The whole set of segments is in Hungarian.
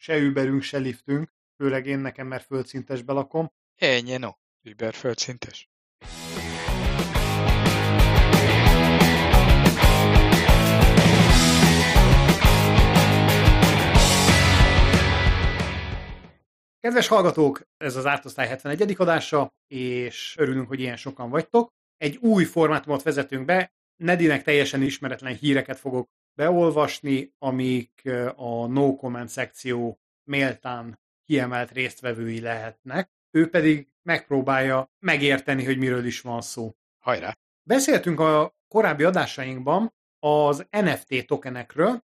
se Uberünk, se liftünk, főleg én nekem, mert földszintes lakom. Ennyi, no. Uber földszintes. Kedves hallgatók, ez az Ártosztály 71. adása, és örülünk, hogy ilyen sokan vagytok. Egy új formátumot vezetünk be, Nedinek teljesen ismeretlen híreket fogok beolvasni, amik a no comment szekció méltán kiemelt résztvevői lehetnek. Ő pedig megpróbálja megérteni, hogy miről is van szó. Hajrá! Beszéltünk a korábbi adásainkban az NFT tokenekről,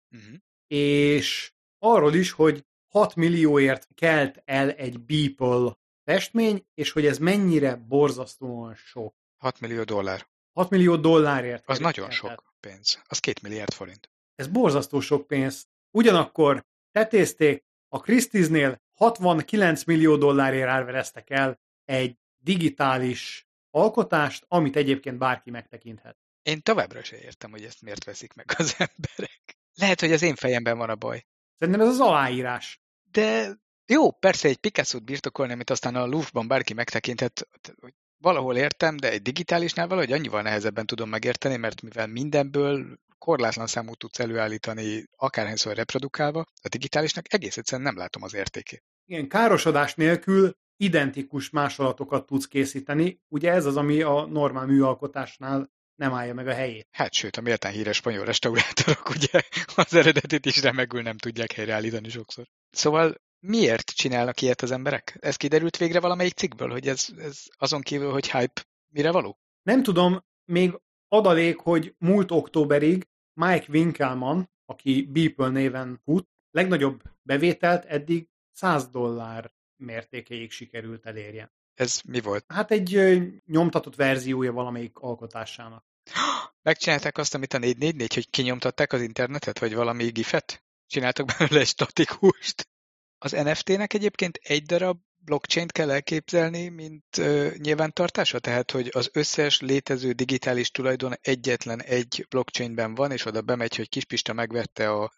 és arról is, hogy 6 millióért kelt el egy Beeple festmény, és hogy ez mennyire borzasztóan sok. 6 millió dollár. 6 millió dollárért. Az nagyon sok pénz. Az 2 milliárd forint. Ez borzasztó sok pénz. Ugyanakkor tetézték, a Christie's-nél 69 millió dollárért árvereztek el egy digitális alkotást, amit egyébként bárki megtekinthet. Én továbbra sem értem, hogy ezt miért veszik meg az emberek. Lehet, hogy az én fejemben van a baj. Szerintem ez az aláírás. De jó, persze egy Picasso-t birtokolni, amit aztán a Louvre-ban bárki megtekinthet, hogy valahol értem, de egy digitálisnál valahogy annyival nehezebben tudom megérteni, mert mivel mindenből korlátlan számú tudsz előállítani, akárhányszor reprodukálva, a digitálisnak egész egyszerűen nem látom az értékét. Igen, károsodás nélkül identikus másolatokat tudsz készíteni. Ugye ez az, ami a normál műalkotásnál nem állja meg a helyét. Hát sőt, a méltán híres spanyol restaurátorok ugye az eredetit is remegül nem tudják helyreállítani sokszor. Szóval miért csinálnak ilyet az emberek? Ez kiderült végre valamelyik cikkből, hogy ez azon kívül, hogy hype, mire való? Nem tudom, még adalék, hogy múlt októberig Mike Winkelmann, aki Beeple néven fut, legnagyobb bevételt eddig $100 mértékéig sikerült elérjen. Ez mi volt? Hát egy nyomtatott verziója valamelyik alkotásának. Megcsinálták azt, amit a 444, hogy kinyomtatták az internetet, vagy valami gifet? Csináltak belőle egy statikust? Az NFT-nek egyébként egy darab blockchain-t kell elképzelni, mint nyilvántartása? Tehát, hogy az összes létező digitális tulajdon egyetlen egy blockchainben van, és oda bemegy, hogy Kispista megvette a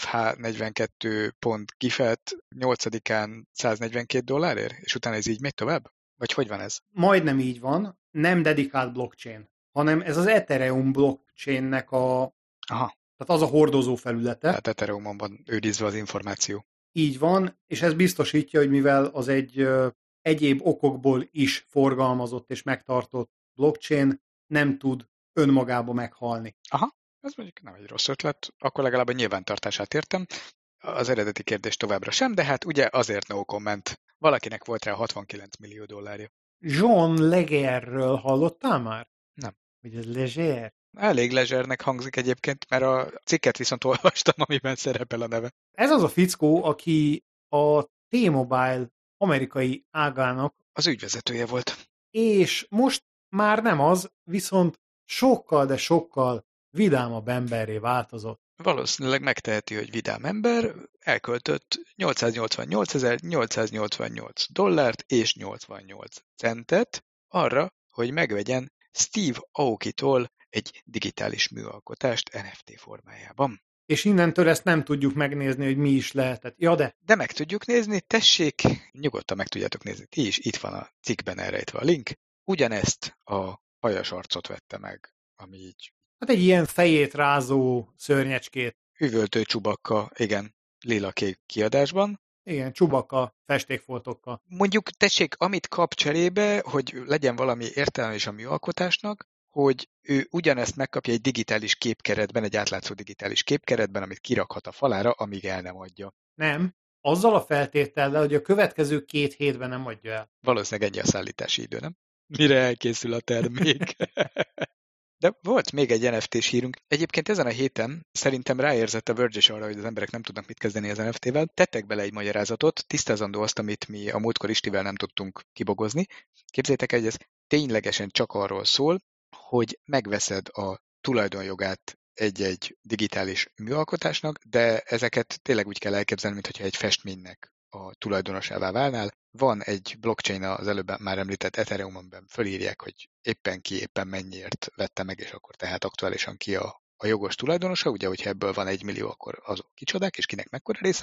ZFH42.gifet 8-án $142, és utána ez így megy tovább? Vagy hogy van ez? Majdnem így van, nem dedikált blockchain, hanem ez az Ethereum blockchainnek Aha. Tehát az a hordozó felülete. Tehát Ethereumon van őrizve az információ. Így van, és ez biztosítja, hogy mivel az egy egyéb okokból is forgalmazott és megtartott blockchain, nem tud önmagába meghalni. Aha, ez mondjuk nem egy rossz ötlet, akkor legalább a nyilvántartását értem. Az eredeti kérdés továbbra sem, de hát ugye azért no comment. Valakinek volt rá 69 millió dollárja. John Legerről hallottál már? Nem. Hogy ez Leger? Elég lezsernek hangzik egyébként, mert a cikket viszont olvastam, amiben szerepel a neve. Ez az a fickó, aki a T-Mobile amerikai ágának az ügyvezetője volt. És most már nem az, viszont sokkal, de sokkal vidámabb emberré változott. Valószínűleg megteheti, hogy vidám ember, elköltött 888.888 dollárt és 88 centet arra, hogy megvegyen Steve Aoki-tól egy digitális műalkotást NFT formájában. És innentől ezt nem tudjuk megnézni, hogy mi is lehetett. Ja, de meg tudjuk nézni, tessék, nyugodtan meg tudjátok nézni ti is, itt van a cikkben elrejtve a link. Ugyanezt a hajas arcot vette meg, ami így... Hát egy ilyen fejét rázó szörnyecskét. Üvöltő Csubakka, igen, lila-kék kiadásban. Igen, Csubakka festékfoltokkal. Mondjuk, tessék, amit kap cserébe, hogy legyen valami értelme is a műalkotásnak, hogy ő ugyanezt megkapja egy digitális képkeretben, egy átlátszó digitális képkeretben, amit kirakhat a falára, amíg el nem adja. Nem, azzal a feltétellel, hogy a következő 2 hétben nem adja el. Valószínűleg ennyi a szállítási idő, nem? Mire elkészül a termék. De volt még egy NFT-s hírünk. Egyébként ezen a héten szerintem ráérzett a Verge is arra, hogy az emberek nem tudnak mit kezdeni az NFT-vel. Tettek bele egy magyarázatot, tisztázandó azt, amit mi a múltkor Istivel nem tudtunk kibogozni. Képzeljétek el, hogy ez ténylegesen csak arról szól, hogy megveszed a tulajdonjogát egy-egy digitális műalkotásnak, de ezeket tényleg úgy kell elképzelni, mintha egy festménynek a tulajdonosává válnál. Van egy blockchain az előbb már említett Ethereumon, fölírják, hogy éppen mennyiért vette meg, és akkor tehát aktuálisan ki a jogos tulajdonosa, ugye, hogyha ebből van 1 millió, akkor azok kicsodák, és kinek mekkora része van,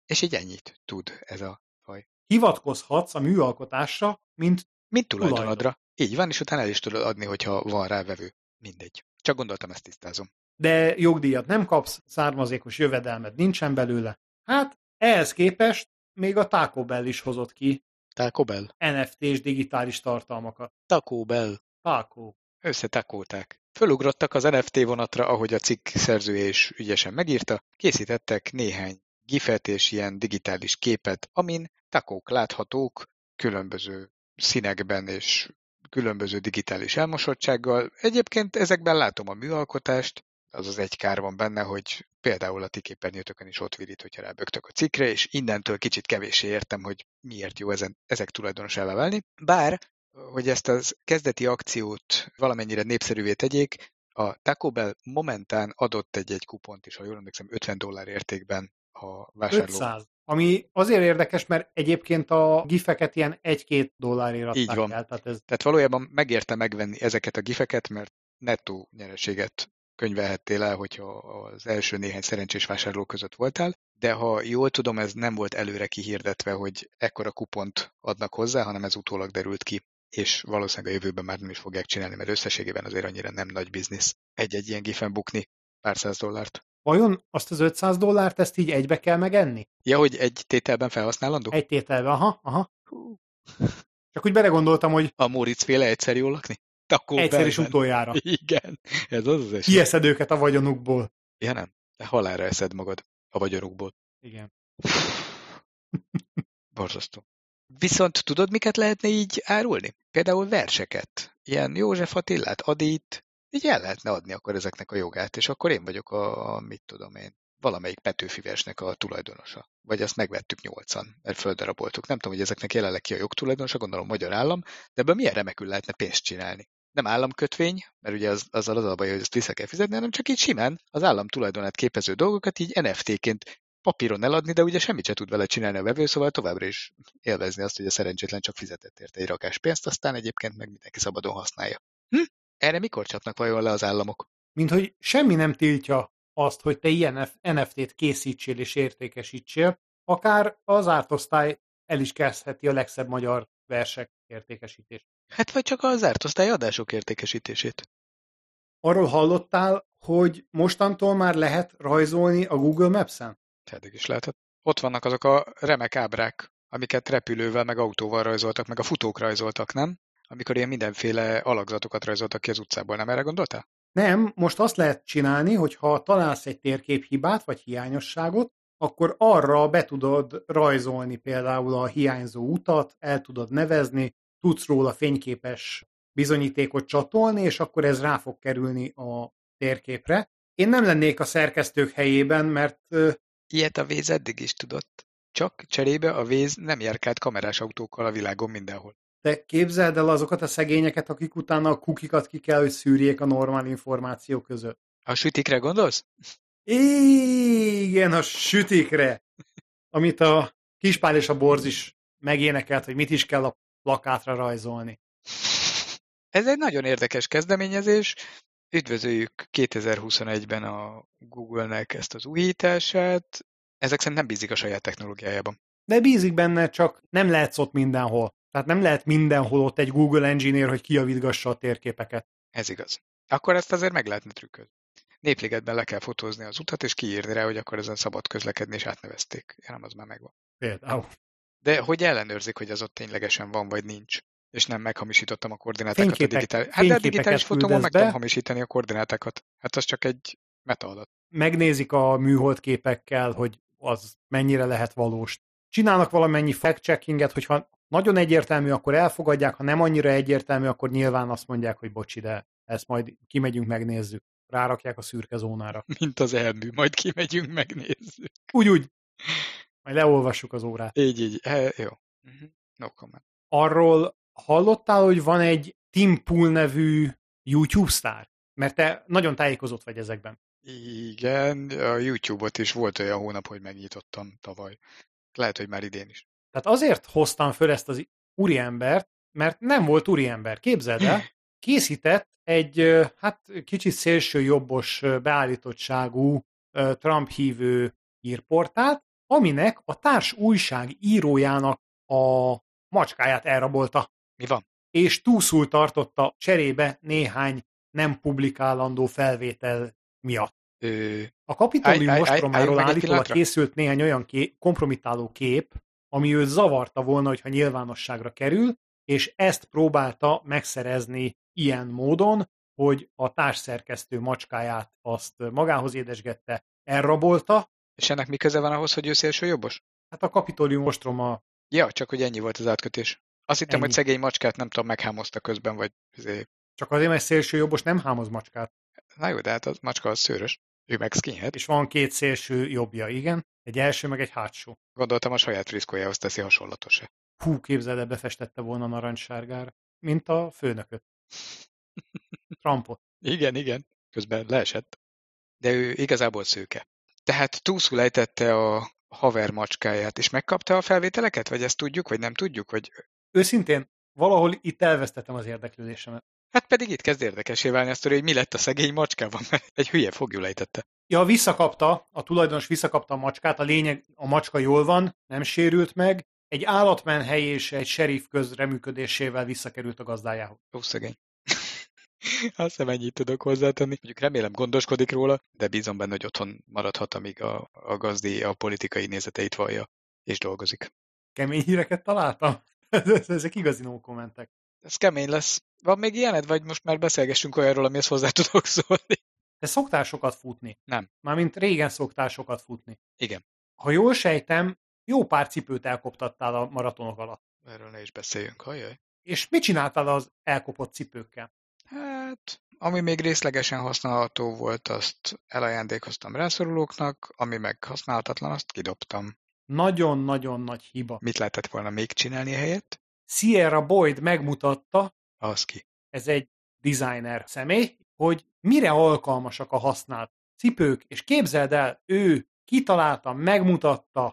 És így ennyit tud ez a faj. Hivatkozhatsz a műalkotásra, mint Mint tulajdon. tulajdonodra. Így van, és utána el is tudod adni, hogyha van rá vevő. Mindegy. Csak gondoltam, ezt tisztázom. De jogdíjat nem kapsz, származékos jövedelmed nincsen belőle. Hát ehhez képest még a Taco Bell is hozott ki Taco Bell. NFT-s digitális tartalmakat. Taco Bell. Taco. Összetakolták. Fölugrottak az NFT vonatra, ahogy a cikk szerzője is ügyesen megírta, készítettek néhány gifet és ilyen digitális képet, amin takók láthatók különböző színekben és különböző digitális elmosottsággal. Egyébként ezekben látom a műalkotást, azaz egy kár van benne, hogy például a ti képernyőtökön is ott virít, hogyha rábögtök a cikkre, és innentől kicsit kevéssé értem, hogy miért jó ezek tulajdonosává válni. Bár hogy ezt az kezdeti akciót valamennyire népszerűvé tegyék, a Taco Bell momentán adott egy kupont is, ha jól emlékszem, $50 értékben a vásárló. 500. Ami azért érdekes, mert egyébként a gifeket ilyen $1-2 adták Így van. el. Tehát valójában megérte megvenni ezeket a gifeket, mert nettó nyereséget könyvelhettél el, hogyha az első néhány szerencsés vásárló között voltál, de ha jól tudom, ez nem volt előre kihirdetve, hogy ekkora kupont adnak hozzá, hanem ez utólag derült ki, és valószínűleg a jövőben már nem is fogják csinálni, mert összességében azért annyira nem nagy biznisz egy-egy ilyen gifen bukni pár $100. Vajon azt az $500 ezt így egybe kell megenni? Ja, hogy egy tételben felhasználandó? Egy tételben, aha. Csak úgy belegondoltam, hogy a Móricz féle egyszer jól lakni? Taco egyszer is Bellben. utoljára. Igen, ez az eset. Kieszed őket a vagyonukból. Ja nem, de halálra eszed magad a vagyonukból. Igen. Borzasztó. Viszont tudod, miket lehetne így árulni? Például verseket. Ilyen József Attilát, Adit, így el lehetne adni akkor ezeknek a jogát, és akkor én vagyok mit tudom én, valamelyik Petőfi versnek a tulajdonosa. Vagy azt megvettük 8-an, mert földaraboltuk. Nem tudom, hogy ezeknek jelenleg ki a jogtulajdonosa, gondolom magyar állam, de ebből milyen remekül lehetne pénzt csinálni. Nem államkötvény, mert ugye azzal az a baj, hogy ezt vissza kell fizetni, hanem csak így simán az állam tulajdonát képező dolgokat így NFT-ként papíron eladni, de ugye semmit se tud vele csinálni a vevő, szóval továbbra is élvezni azt, hogy a szerencsétlen csak fizetett érte egy rakás pénzt, aztán egyébként meg mindenki szabadon használja. Erre mikor csapnak vajon le az államok? Mint hogy semmi nem tiltja azt, hogy te ilyen NFT-t készítsél és értékesítsél, akár az ártosztály el is kezdheti a legszebb magyar versek értékesítését. Hát vagy csak az ártosztály adások értékesítését. Arról hallottál, hogy mostantól már lehet rajzolni a Google Maps-en? Eddig is lehetett. Ott vannak azok a remek ábrák, amiket repülővel meg autóval rajzoltak, meg a futók rajzoltak, nem? Amikor ilyen mindenféle alakzatokat rajzoltak ki az utcából, nem erre gondoltál? Nem, most azt lehet csinálni, hogy ha találsz egy térképhibát vagy hiányosságot, akkor arra be tudod rajzolni például a hiányzó utat, el tudod nevezni, tudsz róla fényképes bizonyítékot csatolni, és akkor ez rá fog kerülni a térképre. Én nem lennék a szerkesztők helyében, mert... Ilyet a Waze eddig is tudott. Csak cserébe a Waze nem járkált kamerás autókkal a világon mindenhol. Te képzeld el azokat a szegényeket, akik utána a kukikat ki kell, hogy szűrjék a normál információ között. A sütikre gondolsz? Igen, a sütikre, amit a Kispál és a Borz is megénekelt, hogy mit is kell a plakátra rajzolni. Ez egy nagyon érdekes kezdeményezés. Üdvözöljük 2021-ben a Google-nek ezt az újítását. Ezek szerint nem bízik a saját technológiájában. De bízik benne, csak nem lehetsz ott mindenhol. Tehát nem lehet mindenhol ott egy Google Engineer, hogy kijavítgassa a térképeket. Ez igaz. Akkor ezt azért meg lehetne trükközni. Népligetben le kell fotózni az utat, és kiírni rá, hogy akkor ezen szabad közlekedni, és átnevezték. Nem, az már megvan. Például. De hogy ellenőrzik, hogy az ott ténylegesen van, vagy nincs? És nem meghamisítottam a koordinátákat a digitális... Hát de a digitális fotómon meg tudom hamisítani a koordinátákat. Hát az csak egy metaadat. Megnézik a műholdképekkel, hogy az mennyire lehet valós. Csinálnak valamennyi fact-checkinget, hogyha nagyon egyértelmű, akkor elfogadják, ha nem annyira egyértelmű, akkor nyilván azt mondják, hogy bocsi, de ezt majd kimegyünk, megnézzük. Rárakják a szürke zónára. Mint az elmű, majd kimegyünk, megnézzük. Úgy. Majd leolvassuk az órát. Így. Jó. No comment. Arról hallottál, hogy van egy Tim Pool nevű YouTube sztár? Mert te nagyon tájékozott vagy ezekben. Igen, a YouTube-ot is volt olyan hónap, hogy megnyitottam tavaly. Lehet, hogy már idén is. Tehát azért hoztam föl ezt az úriembert, mert nem volt úriember. Képzeld el, készített egy kicsit szélsőjobbos beállítottságú Trump hívő hírportált, aminek a társ újság írójának a macskáját elrabolta. Mi van? És túlszul tartotta cserébe néhány nem publikálandó felvétel miatt. A Kapitolium ostromáról állítólag készült néhány olyan kompromittáló kép, ami őt zavarta volna, hogyha nyilvánosságra kerül, és ezt próbálta megszerezni ilyen módon, hogy a társszerkesztő macskáját azt magához édesgette, elrabolta. És ennek mi köze van ahhoz, hogy ő szélsőjobbos? Hát a Kapitolium ostroma... Ja, csak hogy ennyi volt az átkötés. Azt hittem, ennyi. Hogy szegény macskát nem tudom, meghámozta közben, vagy... Csak azért, mert szélsőjobbos nem hámoz macskát. Na jó, de hát a macska az szőrös. Ő meg skinhead. És van két szélső jobbja, igen. Egy első, meg egy hátsó. Gondoltam, a saját friszkójához teszi hasonlatos-e. Hú, képzeld, befestette volna narancssárgára. Mint a főnököt. Trumpot. Igen. Közben leesett. De ő igazából szőke. Tehát túlszul ejtette a haver macskáját, és megkapta a felvételeket? Vagy ezt tudjuk, vagy nem tudjuk? Vagy... Őszintén, valahol itt elvesztettem az érdeklődésemet. Hát pedig itt kezd érdekessé válni a sztori, hogy mi lett a szegény macskával, mert egy hülye foglyul ejtette. Ja, a tulajdonos visszakapta a macskát, a lényeg, a macska jól van, nem sérült meg, egy állatmenhely és egy sheriff közreműködésével visszakerült a gazdájához. Ó, szegény. Azt hiszem, ennyit tudok hozzátenni. Mondjuk remélem gondoskodik róla, de bízom benne, hogy otthon maradhat, amíg a gazdi a politikai nézeteit vallja, és dolgozik. Kemény híreket találtam? Ezek igazi no-kommentek. Ez kemény lesz. Van még ilyened, vagy most már beszélgessünk olyanról, amihez hozzá tudok szólni? Te szoktál sokat futni? Nem. Mármint régen szoktál sokat futni. Igen. Ha jól sejtem, jó pár cipőt elkoptattál a maratonok alatt. Erről ne is beszéljünk, hajjaj. És mit csináltál az elkopott cipőkkel? Hát, ami még részlegesen használható volt, azt elajándékoztam rászorulóknak, ami meg használhatatlan, azt kidobtam. Nagyon-nagyon nagy hiba. Mit lehetett volna még csinálni helyett? Sierra Boyd megmutatta, Az ki. ez egy designer személy, hogy mire alkalmasak a használt cipők, és képzeld el, ő kitalálta, megmutatta,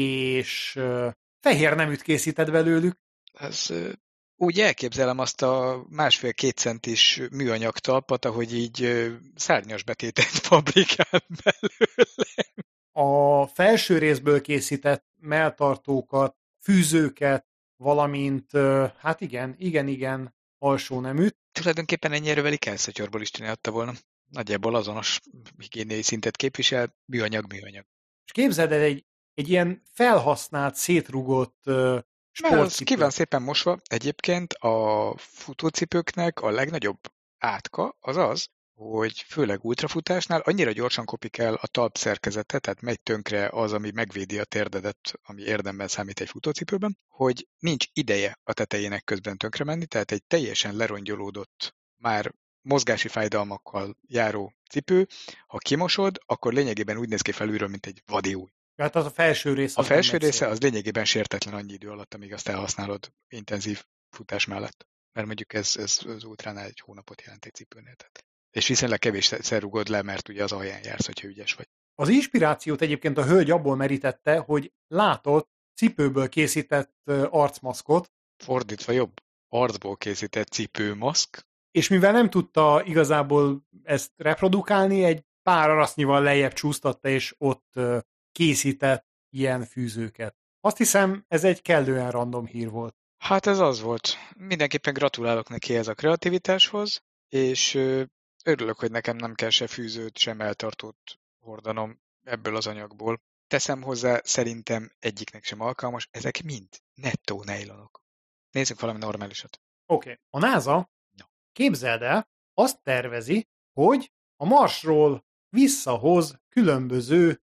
és fehér neműt készített belőlük. Ez úgy elképzelem azt a 1,5-2 centis műanyag talpat, ahogy így szárnyas betétet fabrikál belőle. A felső részből készített melltartókat, fűzőket, valamint, hát igen, alsó neműt. Tulajdonképpen ennyi erővel ikelszatyorból is csinálta volna. Nagyjából azonos higiéniai szintet képvisel, műanyag. És képzeld el, egy ilyen felhasznált, szétrugott sportcipő. Ki van szépen mosva. Egyébként a futócipőknek a legnagyobb átka az az, hogy főleg ultrafutásnál annyira gyorsan kopik el a talp szerkezete, tehát megy tönkre az, ami megvédi a térdedet, ami érdemben számít egy futócipőben, hogy nincs ideje a tetejének közben tönkre menni, tehát egy teljesen lerongyolódott, már mozgási fájdalmakkal járó cipő, ha kimosod, akkor lényegében úgy néz ki felülről, mint egy vadi új. Hát az a felső része. A felső része az lényegében sértetlen annyi idő alatt, amíg azt elhasználod intenzív futás mellett. Mert mondjuk ez az ultránál egy hónapot jelent egy cipőnél. Tehát. És viszonylag kevésszer rugod le, mert ugye az alján jársz, hogyha ügyes vagy. Az inspirációt egyébként a hölgy abból merítette, hogy látott cipőből készített arcmaszkot. Fordítva jobb. Arcból készített cipőmaszk. És mivel nem tudta igazából ezt reprodukálni, egy pár arasznyival lejjebb csúsztatta, és ott készített ilyen fűzőket. Azt hiszem, ez egy kellően random hír volt. Hát ez az volt. Mindenképpen gratulálok neki ez a kreativitáshoz, és örülök, hogy nekem nem kell se fűzőt, sem eltartót hordanom ebből az anyagból. Teszem hozzá, szerintem egyiknek sem alkalmas, ezek mind nettó nejlonok. Nézzük valami normálisat. Oké. A NASA, képzeld el, azt tervezi, hogy a Marsról visszahoz különböző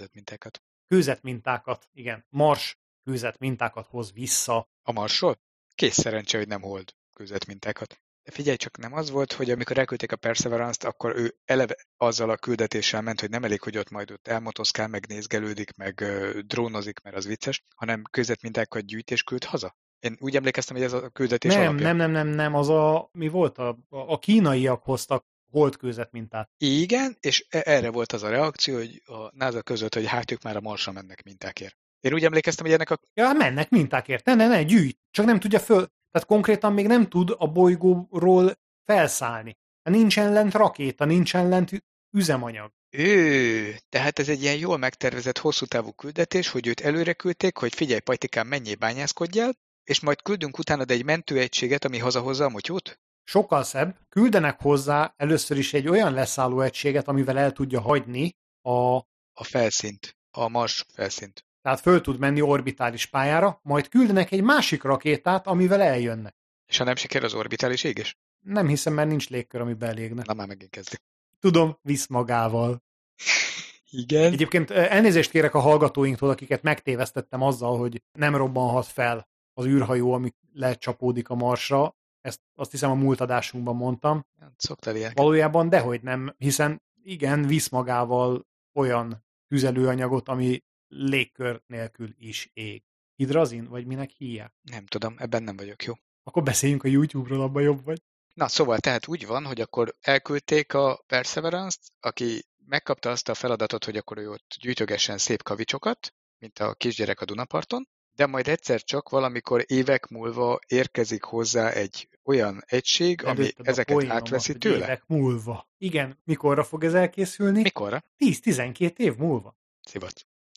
kőzetmintákat. Igen, Mars kőzetmintákat hoz vissza. A Marsról? Kész szerencse, hogy nem hold kőzetmintákat. De figyelj csak, nem az volt, hogy amikor elküldték a Perseverance-t, akkor ő eleve azzal a küldetéssel ment, hogy nem elég, hogy ott elmotoszkál, meg nézgelődik, meg drónozik, mert az vicces, hanem kőzetmintákat gyűjt és küld haza? Én úgy emlékeztem, hogy ez a küldetés alapja. Nem, az mi volt? A kínaiak hoztak holdkőzet mintát. Igen, és erre volt az a reakció, hogy a NASA között, hogy hát ők már a Marsra mennek mintákért. Én úgy emlékeztem, hogy ennek a... Ja, mennek mintákért. Ne, gyűjt. Csak nem tudja föl... Tehát konkrétan még nem tud a bolygóról felszállni. Nincsen lent rakéta, nincsen lent üzemanyag. Tehát ez egy ilyen jól megtervezett hosszú távú küldetés, hogy őt előre küldték, hogy figyelj, Pajtikám, menjél bányászkodjál, és majd küldünk utánad egy mentőegységet, ami hazahozza a motyót? Sokkal szebb, küldenek hozzá először is egy olyan leszálló egységet, amivel el tudja hagyni A felszínt, a Mars felszínt. tehát föl tud menni orbitális pályára, majd küldenek egy másik rakétát, amivel eljönnek. És ha nem siker az orbitális égés? Nem hiszem, mert nincs légkör, ami belégne. Na már megint kezdi. Tudom, visz magával. Igen. Egyébként elnézést kérek a hallgatóinktól, akiket megtévesztettem azzal, hogy nem robbanhat fel az űrhajó, ami lecsapódik a Marsra. Ezt azt hiszem a múlt adásunkban mondtam. Szoktál ilyeneket. Valójában dehogy nem, hiszen igen, visz magával olyan tüzelőanyagot, ami légkör nélkül is ég. Hidrazin, vagy minek hívják? Nem tudom, ebben nem vagyok jó. Akkor beszéljünk a YouTube-ról, abban jobb vagy. Na, szóval tehát úgy van, hogy akkor elküldték a Perseverance-t, aki megkapta azt a feladatot, hogy akkor ő ott gyűjtögessen szép kavicsokat, mint a kisgyerek a Dunaparton, de majd egyszer csak valamikor évek múlva érkezik hozzá egy olyan egység, ami Előtted a ezeket poénomat, átveszi hogy tőle. évek múlva. Igen, mikorra fog ez elkészülni? Mikorra? 10-12 év múlva. Szivac.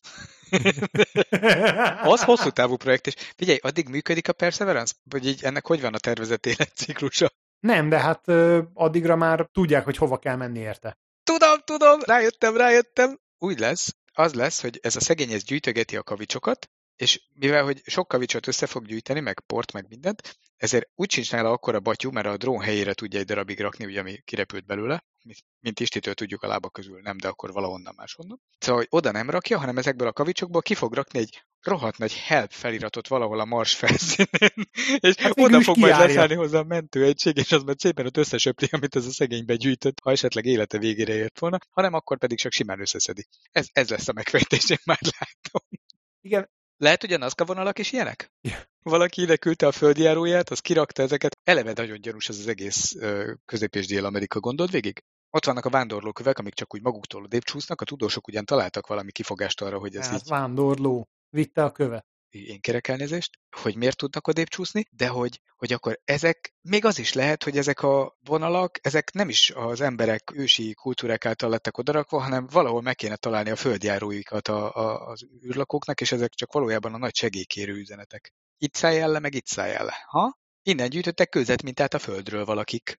Az hosszú távú projekt, és figyelj, addig működik a Perseverance? Vagy így ennek hogy van a tervezett életciklusa? Nem, de hát addigra már tudják, hogy hova kell menni érte. Tudom, rájöttem. Úgy lesz, az lesz, hogy ez a szegény ez gyűjtögeti a kavicsokat, és mivel, hogy sok kavicsot össze fog gyűjteni, meg port, meg mindent, ezért úgy sincs nála akkora batyú, mert a drón helyére tudja egy darabig rakni, ugye, ami kirepült belőle, mint Istitől tudjuk a lába közül, nem, de akkor valahonnan máshonnan. Szóval, hogy oda nem rakja, hanem ezekből a kavicsokból ki fog rakni egy rohadt nagy help feliratot valahol a Mars felszínén, és Hát végül oda is fog majd kiárja. leszállni hozzá a mentőegység, és az majd szépen ott összesöpri, amit ez a szegény begyűjtött, ha esetleg élete végére ért volna, hanem akkor pedig csak simán összeszedi. Ez lesz a megfejtés, én már látom. Igen. Lehet, hogy a Nazca vonalak is ilyenek? Ja. Valaki ide küldte a földjáróját, az kirakta ezeket. Eleve nagyon gyanús az egész Közép- és Dél-Amerika, gondold végig? Ott vannak a vándorlókövek, amik csak úgy maguktól odébb csúsznak, a tudósok ugyan találtak valami kifogást arra, hogy ez Hát így, vándorló. Vitte a követ. én kérek elnézést, hogy miért tudnak odébb csúszni, de hogy akkor ezek, még az is lehet, hogy ezek a vonalak, ezek nem is az emberek ősi kultúrák által lettek odarakva, hanem valahol meg kéne találni a földjáróikat az űrlakóknak, és ezek csak valójában a nagy segélykérő üzenetek. Itt szálljál le, meg itt szálljál le. Ha? Innen gyűjtöttek kőzetmintát a földről valakik.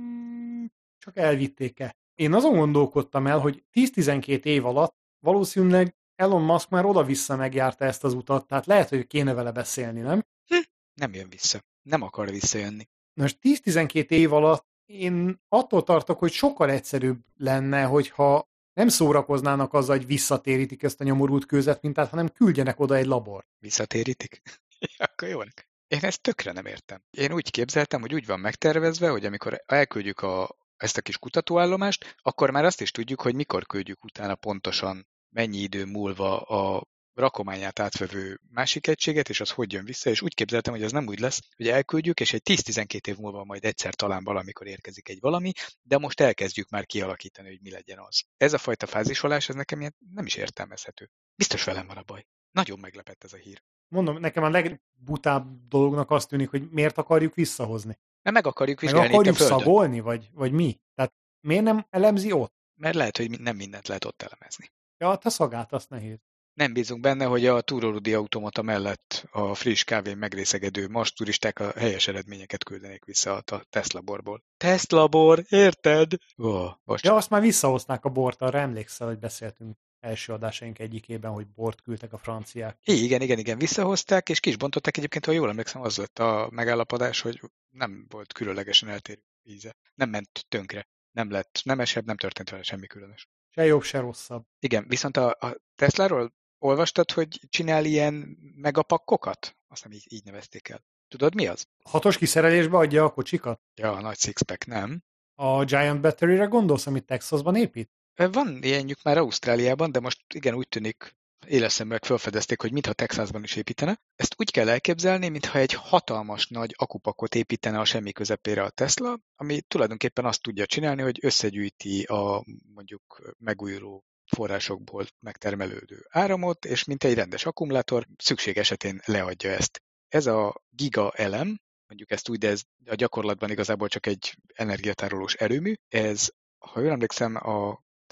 Csak elvitték-e. Én azon gondolkodtam el, hogy 10-12 év alatt valószínűleg Elon Musk már oda-vissza megjárta ezt az utat, tehát lehet, hogy kéne vele beszélni, nem? Nem jön vissza. Nem akar visszajönni. Most 10-12 év alatt én attól tartok, hogy sokkal egyszerűbb lenne, hogyha nem szórakoznának azzal, hogy visszatérítik ezt a nyomorult kőzetmintát, hanem küldjenek oda egy labort. Visszatérítik? Akkor jó. Én ezt tökre nem értem. Én úgy képzeltem, hogy úgy van megtervezve, hogy amikor elküldjük ezt a kis kutatóállomást, akkor már azt is tudjuk, hogy mikor küldjük utána pontosan mennyi idő múlva a rakományát átvevő másik egységet, és az hogy jön vissza, és úgy képzeltem, hogy az nem úgy lesz, hogy elküldjük, és egy 10-12 év múlva majd egyszer talán valamikor érkezik egy valami, de most elkezdjük már kialakítani, hogy mi legyen az. Ez a fajta fázisolás, ez nekem ilyen nem is értelmezhető. Biztos velem van a baj. Nagyon meglepett ez a hír. Mondom, nekem a legbutább dolognak azt tűnik, hogy miért akarjuk visszahozni. Mert meg akarjuk Meg vizsgálni akarjuk itt a Földön. szagolni, vagy mi? Tehát miért nem elemzi ott? Mert lehet, hogy nem mindent lehet ott elemezni. Ja, a szagát, azt nehéz. Nem bízunk benne, hogy a túrórudi automata mellett a friss kávén megrészegedő Mars turisták a helyes eredményeket küldenék vissza a tesztlaborból. Tesztlabor, érted? Most. Ja, azt már visszahozták a bort, arra emlékszel, hogy beszéltünk első adásaink egyikében, hogy bort küldtek a franciák. Igen, visszahozták, és ki is bontották egyébként, ha jól emlékszem, az lett a megállapodás, hogy nem volt különlegesen eltérő íze. Nem ment tönkre. Nem lett nemesebb, nem történt vele semmi különös. Se jobb, se rosszabb. Igen, viszont a Tesláról olvastad, hogy csinál ilyen megapakkokat? Azt nem így nevezték el. Tudod, mi az? 6-os kiszerelésbe adja a kocsikat? Ja, a nagy sixpack, nem? A Giant Battery-re gondolsz, amit Texasban épít? Van ilyenjük már Ausztráliában, de most igen úgy tűnik, éleszeműek felfedezték, hogy mintha Texasban is építene. Ezt úgy kell elképzelni, mintha egy hatalmas nagy akupakot építene a semmi közepére a Tesla, ami tulajdonképpen azt tudja csinálni, hogy összegyűjti a mondjuk megújuló forrásokból megtermelődő áramot, és mint egy rendes akkumulátor, szükség esetén leadja ezt. Ez a giga elem, mondjuk ezt úgy, de ez a gyakorlatban igazából csak egy energiatárolós erőmű, ez, ha jól emlékszem, a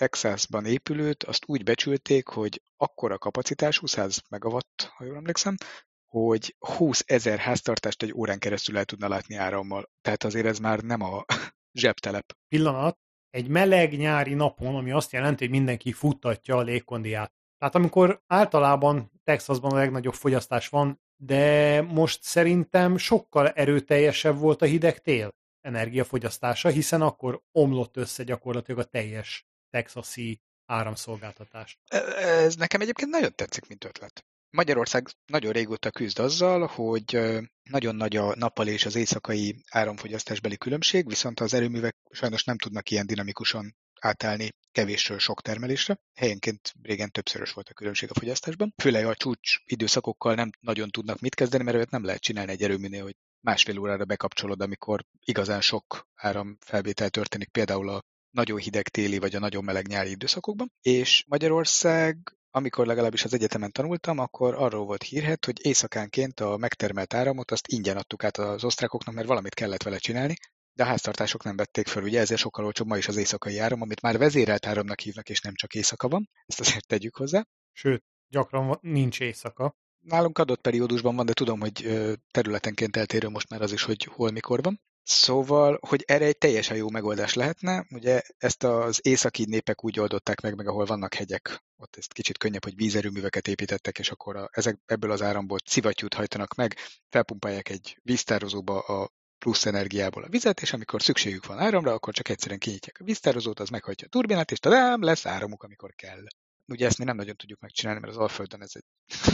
Texasban épülőt, azt úgy becsülték, hogy akkora kapacitás, 20 megawatt, ha jól emlékszem, hogy 20 000 háztartást egy órán keresztül el tudna látni árammal. Tehát azért ez már nem a zsebtelep. Pillanat, egy meleg nyári napon, ami azt jelenti, hogy mindenki futtatja a légkondiát. Tehát amikor általában Texasban a legnagyobb fogyasztás van, de most szerintem sokkal erőteljesebb volt a hideg tél energiafogyasztása, hiszen akkor omlott össze gyakorlatilag a teljes texasi áramszolgáltatás. Ez nekem egyébként nagyon tetszik, mint ötlet. Magyarország nagyon régóta küzd azzal, hogy nagyon nagy a nappali és az éjszakai áramfogyasztásbeli különbség, viszont az erőművek sajnos nem tudnak ilyen dinamikusan átállni kevésről sok termelésre. Helyenként régen többszörös volt a különbség a fogyasztásban. Főleg a csúcs időszakokkal nem nagyon tudnak mit kezdeni, mert olyat nem lehet csinálni egy erőműnél, hogy másfél órára bekapcsolod, amikor igazán sok áramfelvétel történik, például a nagyon hideg téli vagy a nagyon meleg nyári időszakokban. És Magyarország, amikor legalábbis az egyetemen tanultam, akkor arról volt hírhedt, hogy éjszakánként a megtermelt áramot azt ingyen adtuk át az osztrákoknak, mert valamit kellett vele csinálni, de a háztartások nem vették föl, ugye ezért sokkal olcsóbb ma is az éjszakai áram, amit már vezérelt áramnak hívnak, és nem csak éjszaka van. Ezt azért tegyük hozzá. Sőt, gyakran nincs éjszaka. Nálunk adott periódusban van, de tudom, hogy területenként eltérő most már az is, hogy hol, mikor van. Szóval, hogy erre egy teljesen jó megoldás lehetne, ugye ezt az északi népek úgy oldották meg, ahol vannak hegyek, ott ezt kicsit könnyebb, hogy vízerőműveket építettek, és akkor ebből az áramból szivattyút hajtanak meg, felpumpálják egy víztározóba a plusz energiából a vizet, és amikor szükségük van áramra, akkor csak egyszerűen kinyitják a víztározót, az meghajtja a turbinát, és tadám, lesz áramuk, amikor kell. Ugye ezt mi nem nagyon tudjuk megcsinálni, mert az Alföldön ez egy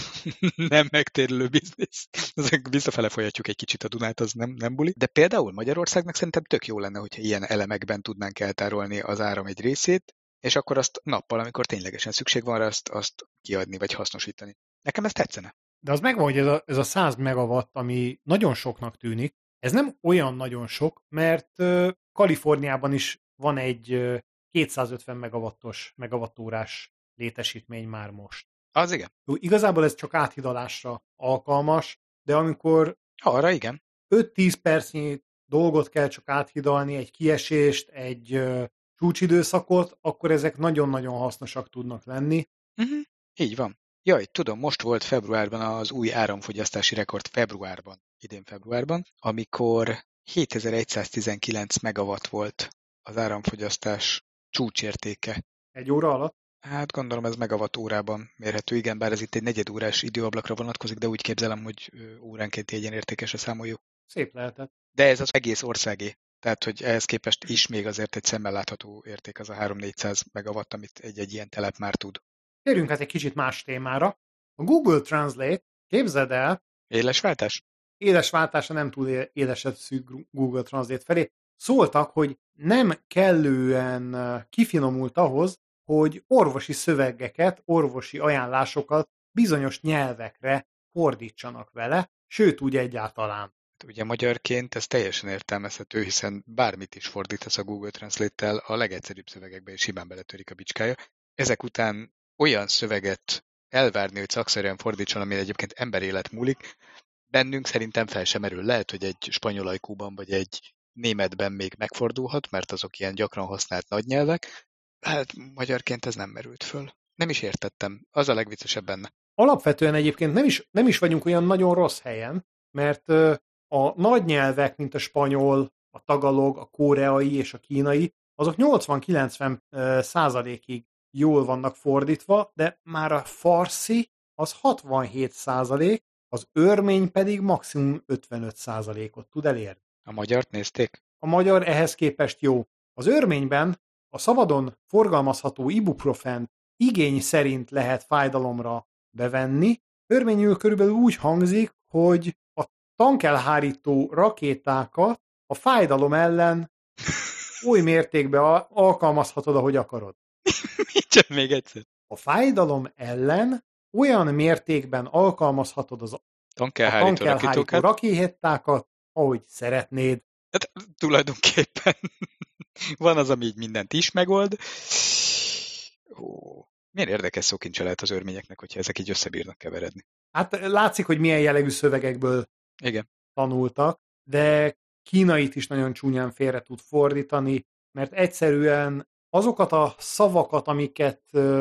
nem megtérülő biznisz. Visszafele folyatjuk egy kicsit a Dunát, az nem buli. De például Magyarországnak szerintem tök jó lenne, hogyha ilyen elemekben tudnánk eltárolni az áram egy részét, és akkor azt nappal, amikor ténylegesen szükség van rá, azt kiadni vagy hasznosítani. Nekem ez tetszene. De az megvan, hogy ez a 100 megawatt, ami nagyon soknak tűnik, ez nem olyan nagyon sok, mert Kaliforniában is van egy 250 megawattórás létesítmény már most. Az igen. Igazából ez csak áthidalásra alkalmas, de amikor Arra igen. 5-10 percnyi dolgot kell csak áthidalni, egy kiesést, egy csúcsidőszakot, akkor ezek nagyon-nagyon hasznosak tudnak lenni. Uh-huh. Így van. Jaj, tudom, most volt februárban az új áramfogyasztási rekord idén februárban, amikor 7119 megawatt volt az áramfogyasztás csúcsértéke. Egy óra alatt? Hát gondolom ez megawatt órában mérhető, igen, bár ez itt egy negyedórás időablakra vonatkozik, de úgy képzelem, hogy óránként egyenértékesre számoljuk. Szép lehetett. De ez az egész országé. Tehát, hogy ehhez képest is még azért egy szemmel látható érték az a 3-400 megawatt, amit egy ilyen telep már tud. Térjünk hát egy kicsit más témára. A Google Translate, képzeld el, Élesváltás? élesváltása nem túl éleset szűk Google Translate felé. Szóltak, hogy nem kellően kifinomult ahhoz, hogy orvosi szövegeket, orvosi ajánlásokat bizonyos nyelvekre fordítsanak vele, sőt úgy egyáltalán. Ugye magyarként ez teljesen értelmezhető, hiszen bármit is fordítasz a Google Translate-tel, a legegyszerűbb szövegekbe is simán beletörik a bicskája. Ezek után olyan szöveget elvárni, hogy szakszerűen fordítson, ami egyébként emberélet múlik, bennünk szerintem fel sem merül. Lehet, hogy egy spanyol ajkúban vagy egy németben még megfordulhat, mert azok ilyen gyakran használt nagynyelvek. Hát magyarként ez nem merült föl. Nem is értettem. Az a legviccesebb benne. Alapvetően egyébként nem is vagyunk olyan nagyon rossz helyen, mert a nagy nyelvek, mint a spanyol, a tagalog, a koreai és a kínai, azok 80-90% jól vannak fordítva, de már a farsi az 67%, az örmény pedig maximum 55%-ot tud elérni. A magyart nézték? A magyar ehhez képest jó. Az örményben a szabadon forgalmazható ibuprofen igény szerint lehet fájdalomra bevenni. Örményül körülbelül úgy hangzik, hogy a tankelhárító rakétákat a fájdalom ellen oly mértékben alkalmazhatod, ahogy akarod. Csak még egyszer. A fájdalom ellen olyan mértékben alkalmazhatod a tankelhárító rakétákat, ahogy szeretnéd. Hát tulajdonképpen van az, ami így mindent is megold. Milyen érdekes szókincse lehet az örményeknek, hogyha ezek így összebírnak keveredni. Hát látszik, hogy milyen jellegű szövegekből Igen. tanultak, de kínait is nagyon csúnyán félre tud fordítani, mert egyszerűen azokat a szavakat, amiket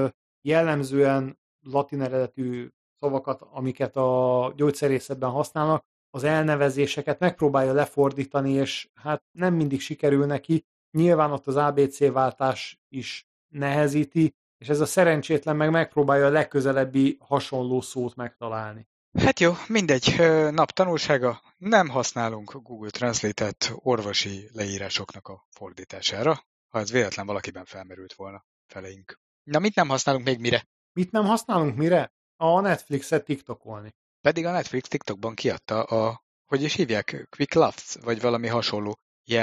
jellemzően latin eredetű szavakat, amiket a gyógyszerészetben használnak, az elnevezéseket megpróbálja lefordítani, és hát nem mindig sikerül neki. Nyilván ott az ABC váltás is nehezíti, és ez a szerencsétlen meg megpróbálja a legközelebbi hasonló szót megtalálni. Hát jó, mindegy. Nap tanulsága. Nem használunk Google Translate-et orvosi leírásoknak a fordítására, ha ez véletlen valakiben felmerült volna feleink. Na, mit nem használunk még mire? Mit nem használunk mire? A Netflixet TikTokolni. Pedig a Netflix TikTokban kiadta hogy is hívják, Quick Laughs, vagy valami hasonló,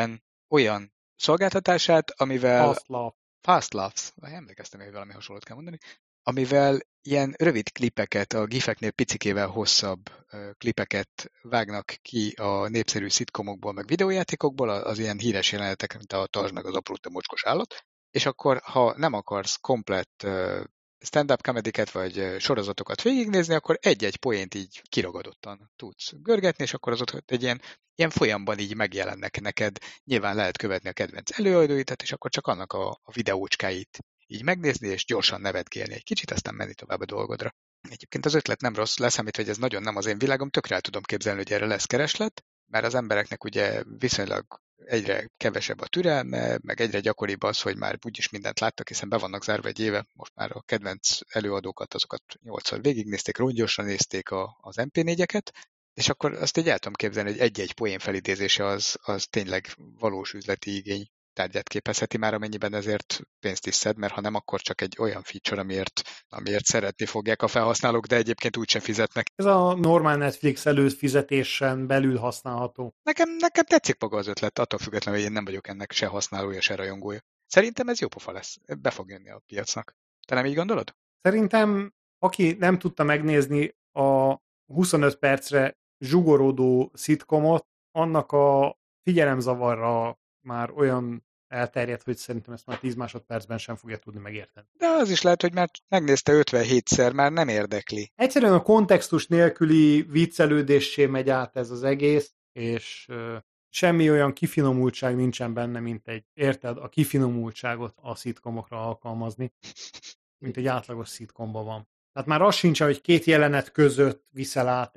olyan szolgáltatását, amivel... Fast Laughs, vagy emlékeztem, hogy valami hasonlót kell mondani, amivel ilyen rövid klipeket, a gifeknél picikével hosszabb klipeket vágnak ki a népszerű szitkomokból, meg videójátékokból, az ilyen híres jelenetek, mint a Tartsd meg az aprót, te mocskos állat, és akkor, ha nem akarsz komplett stand-up comedy-ket vagy sorozatokat végignézni, akkor egy-egy poént így kiragadottan tudsz görgetni, és akkor azok egy ilyen folyamban így megjelennek neked. Nyilván lehet követni a kedvenc előadóidat, és akkor csak annak a videócskáit így megnézni, és gyorsan nevetgélni egy kicsit, aztán menni tovább a dolgodra. Egyébként az ötlet nem rossz, leszámít, hogy ez nagyon nem az én világom, tökre el tudom képzelni, hogy erre lesz kereslet, mert az embereknek ugye viszonylag egyre kevesebb a türelme, meg egyre gyakoribb az, hogy már úgyis mindent láttak, hiszen be vannak zárva egy éve, most már a kedvenc előadókat, azokat 8-szor végignézték, rongyosan nézték az MP4-eket, és akkor azt így el tudom képzelni, hogy egy-egy poén felidézése az tényleg valós üzleti igény tárgyát képezheti már, amennyiben ezért pénzt is szed, mert ha nem, akkor csak egy olyan feature, amiért szeretni fogják a felhasználók, de egyébként úgysem fizetnek. Ez a normál Netflix előfizetésen belül használható. Nekem tetszik maga az ötlet, attól függetlenül, hogy én nem vagyok ennek se használója, se rajongója. Szerintem ez jó pofa lesz, be fog jönni a piacnak. Te nem így gondolod? Szerintem, aki nem tudta megnézni a 25 percre zsugorodó szitkomot, annak a figyelemzavarra már olyan elterjedt, hogy szerintem ezt már 10 másodpercben sem fogja tudni megérteni. De az is lehet, hogy már megnézte 57-szer, már nem érdekli. Egyszerűen a kontextus nélküli viccelődéssé megy át ez az egész, és semmi olyan kifinomultság nincsen benne, mint érted, a kifinomultságot a szitkomokra alkalmazni, mint egy átlagos szitkomban van. Tehát már az sincs, hogy két jelenet között viszel át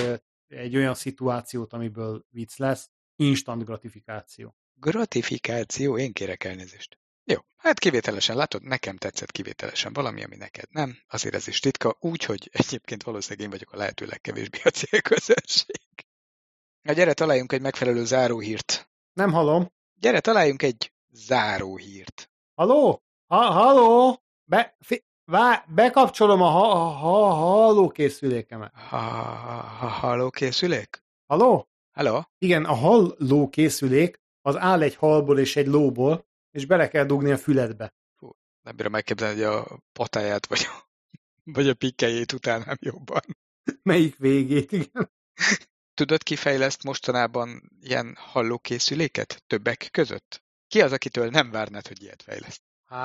egy olyan szituációt, amiből vicc lesz, instant gratifikáció. Gratifikáció? Én kérek elnézést. Jó, hát kivételesen látod, nekem tetszett kivételesen valami, ami neked nem, azért ez is titka, úgyhogy egyébként valószínűleg én vagyok a lehető legkevésbé a célközönség. Na gyere, találjunk egy megfelelő záróhírt. Nem hallom. Gyere, találjunk egy záróhírt. Halló? Halló? Bekapcsolom a hallókészülékemet. Hallókészülék? Halló? Halló? Igen, a hallókészülék az áll egy halból és egy lóból, és bele kell dugni a füledbe. Fú, nem bírom megképzelni, hogy a patáját vagy a pikkelyét utálnám jobban. Melyik végét, igen. Tudod, ki fejleszt mostanában ilyen hallókészüléket többek között? Ki az, akitől nem várnád, hogy ilyet fejleszt?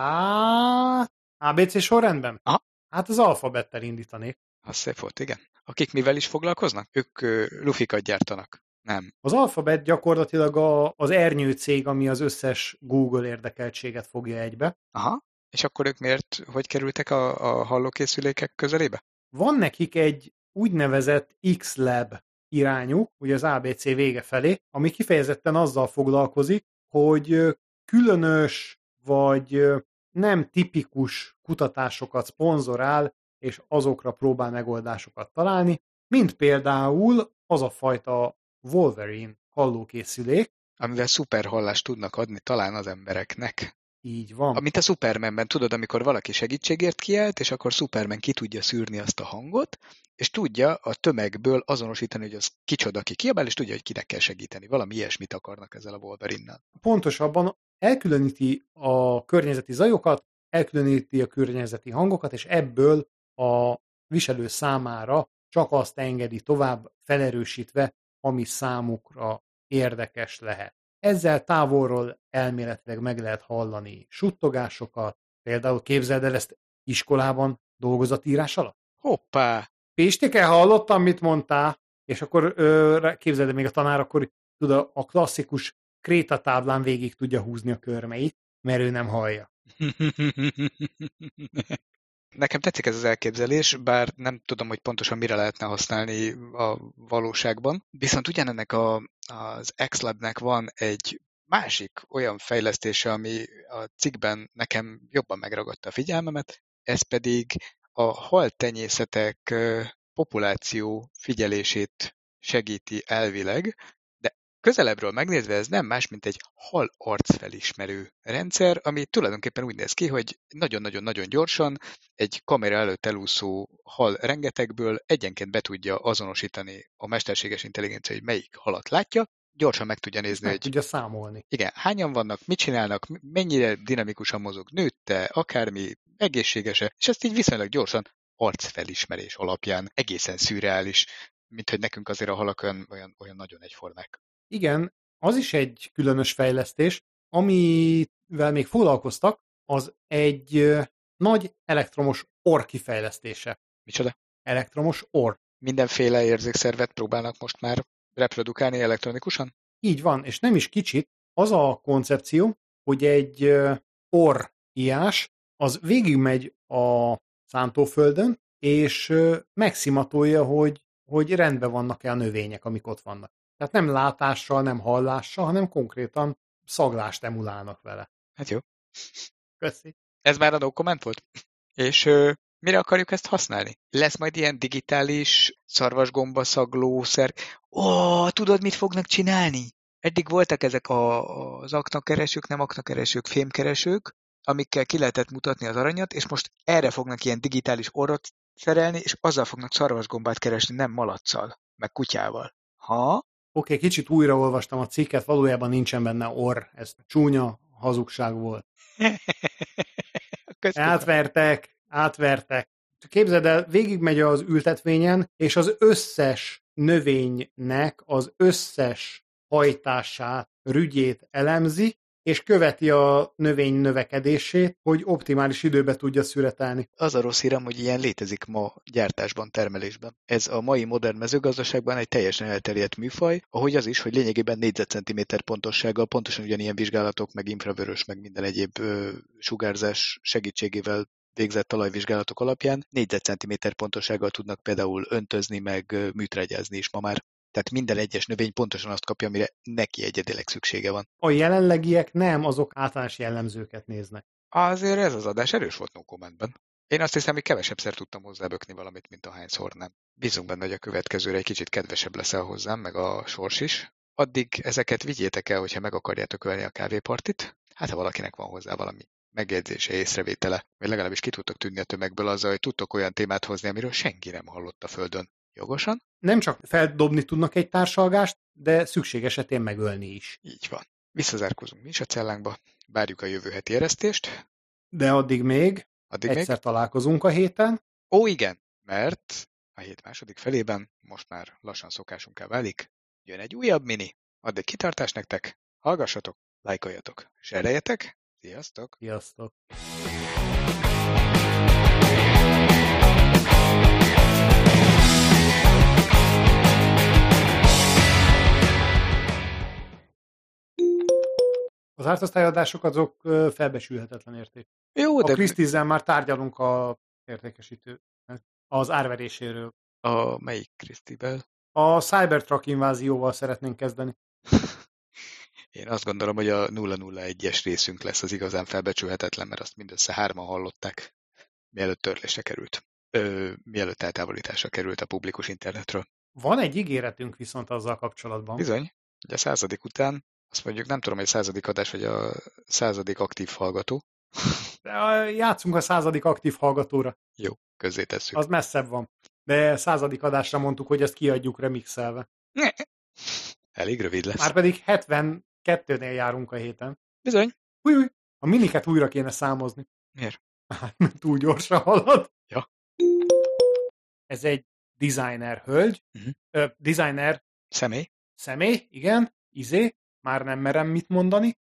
ABC sorrendben? Aha. Hát az alfabettel indítanék. Az szép volt, igen. Akik mivel is foglalkoznak? Ők lufikat gyártanak. Nem. Az alfabet gyakorlatilag az ernyő cég, ami az összes Google érdekeltséget fogja egybe. Aha. És akkor ők hogy kerültek a hallókészülékek közelébe? Van nekik egy úgynevezett X-Lab irányú, ugye az ABC vége felé, ami kifejezetten azzal foglalkozik, hogy különös vagy nem tipikus kutatásokat szponzorál, és azokra próbál megoldásokat találni, mint például az a fajta Wolverine hallókészülék. Amivel szuper hallást tudnak adni talán az embereknek. Így van. Mint a Supermanben, tudod, amikor valaki segítségért kiált, és akkor Superman ki tudja szűrni azt a hangot, és tudja a tömegből azonosítani, hogy az kicsoda, ki kiabál, és tudja, hogy kinek kell segíteni. Valami ilyesmit akarnak ezzel a Wolverine-nel. Pontosabban elkülöníti a környezeti zajokat, elkülöníti a környezeti hangokat, és ebből a viselő számára csak azt engedi tovább, felerősítve, ami számukra érdekes lehet. Ezzel távolról elméletileg meg lehet hallani suttogásokat, például képzeld el ezt iskolában dolgozatírás alatt. Hoppá! Pistike, hallottam, mit mondtál? És akkor képzeld el, még a tanár akkor tud a klasszikus krétatáblán végig tudja húzni a körmeit, mert ő nem hallja. Nekem tetszik ez az elképzelés, bár nem tudom, hogy pontosan mire lehetne használni a valóságban. Viszont ugyanennek az XLab-nek van egy másik olyan fejlesztése, ami a cikkben nekem jobban megragadta a figyelmemet, ez pedig a haltenyészetek populáció figyelését segíti elvileg, de közelebbről megnézve ez nem más, mint egy hal arcfelismerő rendszer, ami tulajdonképpen úgy néz ki, hogy nagyon-nagyon-nagyon gyorsan egy kamera előtt elúszó hal rengetegből egyenként be tudja azonosítani a mesterséges intelligencia, hogy melyik halat látja, gyorsan meg tudja nézni, Meg hogy tudja számolni. igen, hányan vannak, mit csinálnak, mennyire dinamikusan mozog, nőtte, akármi, egészséges-e, és ezt így viszonylag gyorsan arcfelismerés alapján egészen szürreális, mint hogy nekünk azért a halak olyan nagyon egyformák. Igen, az is egy különös fejlesztés, amivel még foglalkoztak, az egy nagy elektromos orr kifejlesztése. Micsoda? Elektromos orr. Mindenféle érzékszervet próbálnak most már reprodukálni elektronikusan? Így van, és nem is kicsit. Az a koncepció, hogy egy orr iás, az végigmegy a szántóföldön, és megszimatolja, hogy rendben vannak-e a növények, amik ott vannak. Tehát nem látással, nem hallással, hanem konkrétan szaglást emulálnak vele. Hát jó. Köszi. Ez már a no comment volt? És mire akarjuk ezt használni? Lesz majd ilyen digitális szarvasgomba szaglószer? Ó, tudod, mit fognak csinálni? Eddig voltak ezek az aknakeresők, nem aknakeresők, fémkeresők, amikkel ki lehetett mutatni az aranyat, és most erre fognak ilyen digitális orrot szerelni, és azzal fognak szarvasgombát keresni, nem malacccal, meg kutyával. Ha? Oké, kicsit újraolvastam a cikket, valójában nincsen benne orr, ez csúnya hazugság volt. Átvertek. Képzeld el, végigmegy az ültetvényen, és az összes növénynek az összes hajtását, rügyét elemzi, és követi a növény növekedését, hogy optimális időbe tudja szüretelni. Az a rossz hírem, hogy ilyen létezik ma gyártásban, termelésben. Ez a mai modern mezőgazdaságban egy teljesen elterjedt műfaj, ahogy az is, hogy lényegében négyzetcentiméter pontossággal pontosan ugyanilyen vizsgálatok, meg infravörös, meg minden egyéb sugárzás segítségével végzett talajvizsgálatok alapján négyzetcentiméter pontossággal tudnak például öntözni, meg műtrágyázni is ma már. Tehát minden egyes növény pontosan azt kapja, amire neki egyedileg szüksége van. A jelenlegiek nem azok általános jellemzőket néznek. Azért ez az adás erős volt no commentben. Én azt hiszem, hogy kevesebbszer tudtam hozzábökni valamit, mint ahányszor nem. Bízunk benne, hogy a következőre egy kicsit kedvesebb leszel hozzám, meg a sors is. Addig ezeket vigyétek el, hogyha meg akarjátok ölni a kávépartit. Hát ha valakinek van hozzá valami megjegyzése, észrevétele, vagy legalábbis ki tudtok tűnni a tömegből azzal, hogy tudtok olyan témát hozni, amiről senki nem hallott a földön. Jogosan? Nem csak feldobni tudnak egy társalgást, de szükség esetén megölni is. Így van. Visszazárkózunk mi is a cellánkba, várjuk a jövő heti eresztést. De addig még egyszer találkozunk a héten. Ó, igen, mert a hét második felében most már lassan szokásunká válik. Jön egy újabb mini. Addig kitartás nektek, hallgassatok, lájkoljatok, sereljetek. Sziasztok! Sziasztok! Az ártosztályadások azok felbecsülhetetlen érték. Jó, de... A Christie's-zel már tárgyalunk a értékesítő az árveréséről. A melyik Christie-vel? A Cybertruck invázióval szeretnénk kezdeni. Én azt gondolom, hogy a 001-es részünk lesz az igazán felbecsülhetetlen, mert azt mindössze 3-an hallották, mielőtt törlésre került. Mielőtt eltávolításra került a publikus internetről. Van egy ígéretünk viszont azzal kapcsolatban. Bizony, hogy a 100. után, azt mondjuk nem tudom, hogy a 100. adás, vagy a 100. aktív hallgató. De játszunk a 100. aktív hallgatóra. Jó, közzétesszük. Az messzebb van. De 100. adásra mondtuk, hogy ezt kiadjuk remixelve. Elég rövid lesz. Márpedig 72-nél járunk a héten. Bizony. Új, a miniket újra kéne számozni. Miért? Hát, túl gyorsan halad. Ja. Ez egy designer hölgy. Designer személy, igen. Már nem merem mit mondani.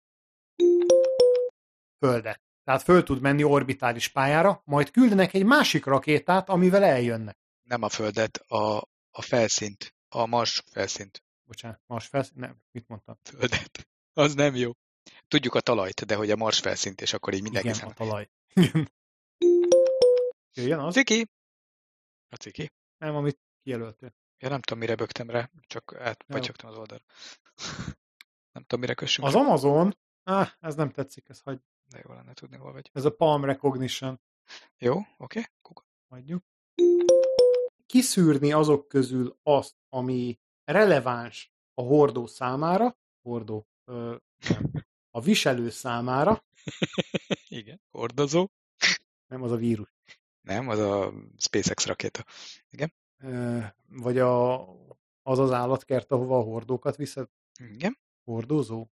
Földet. Tehát föl tud menni orbitális pályára, majd küldenek egy másik rakétát, amivel eljönnek. Nem a Földet, a felszínt. A Mars felszínt. Bocsánat, Mars felszínt? Nem, mit mondtam? Földet. Az nem jó. Tudjuk a talajt, de hogy a Mars felszínt, és akkor így mindenki Igen, a számára. talaj. Igen. Jöjjön az? Ciki! A ciki. Nem, amit kijelöltél. Ja, nem tudom, mire bögtem rá, csak átpatyogtam az oldalra. Nem tudom, mire kössünk Az rá. Amazon, ez nem tetszik, ez hagy. De jó lenne tudni, hol vagy. Ez a Palm Recognition. Jó, oké. Hagyjuk. Kiszűrni azok közül azt, ami releváns a hordó számára, nem, a viselő számára, Igen. Hordozó. nem az a vírus, Nem, az a SpaceX rakéta. Igen. vagy az az állatkert, ahova a hordókat viszed, Igen. hordózó.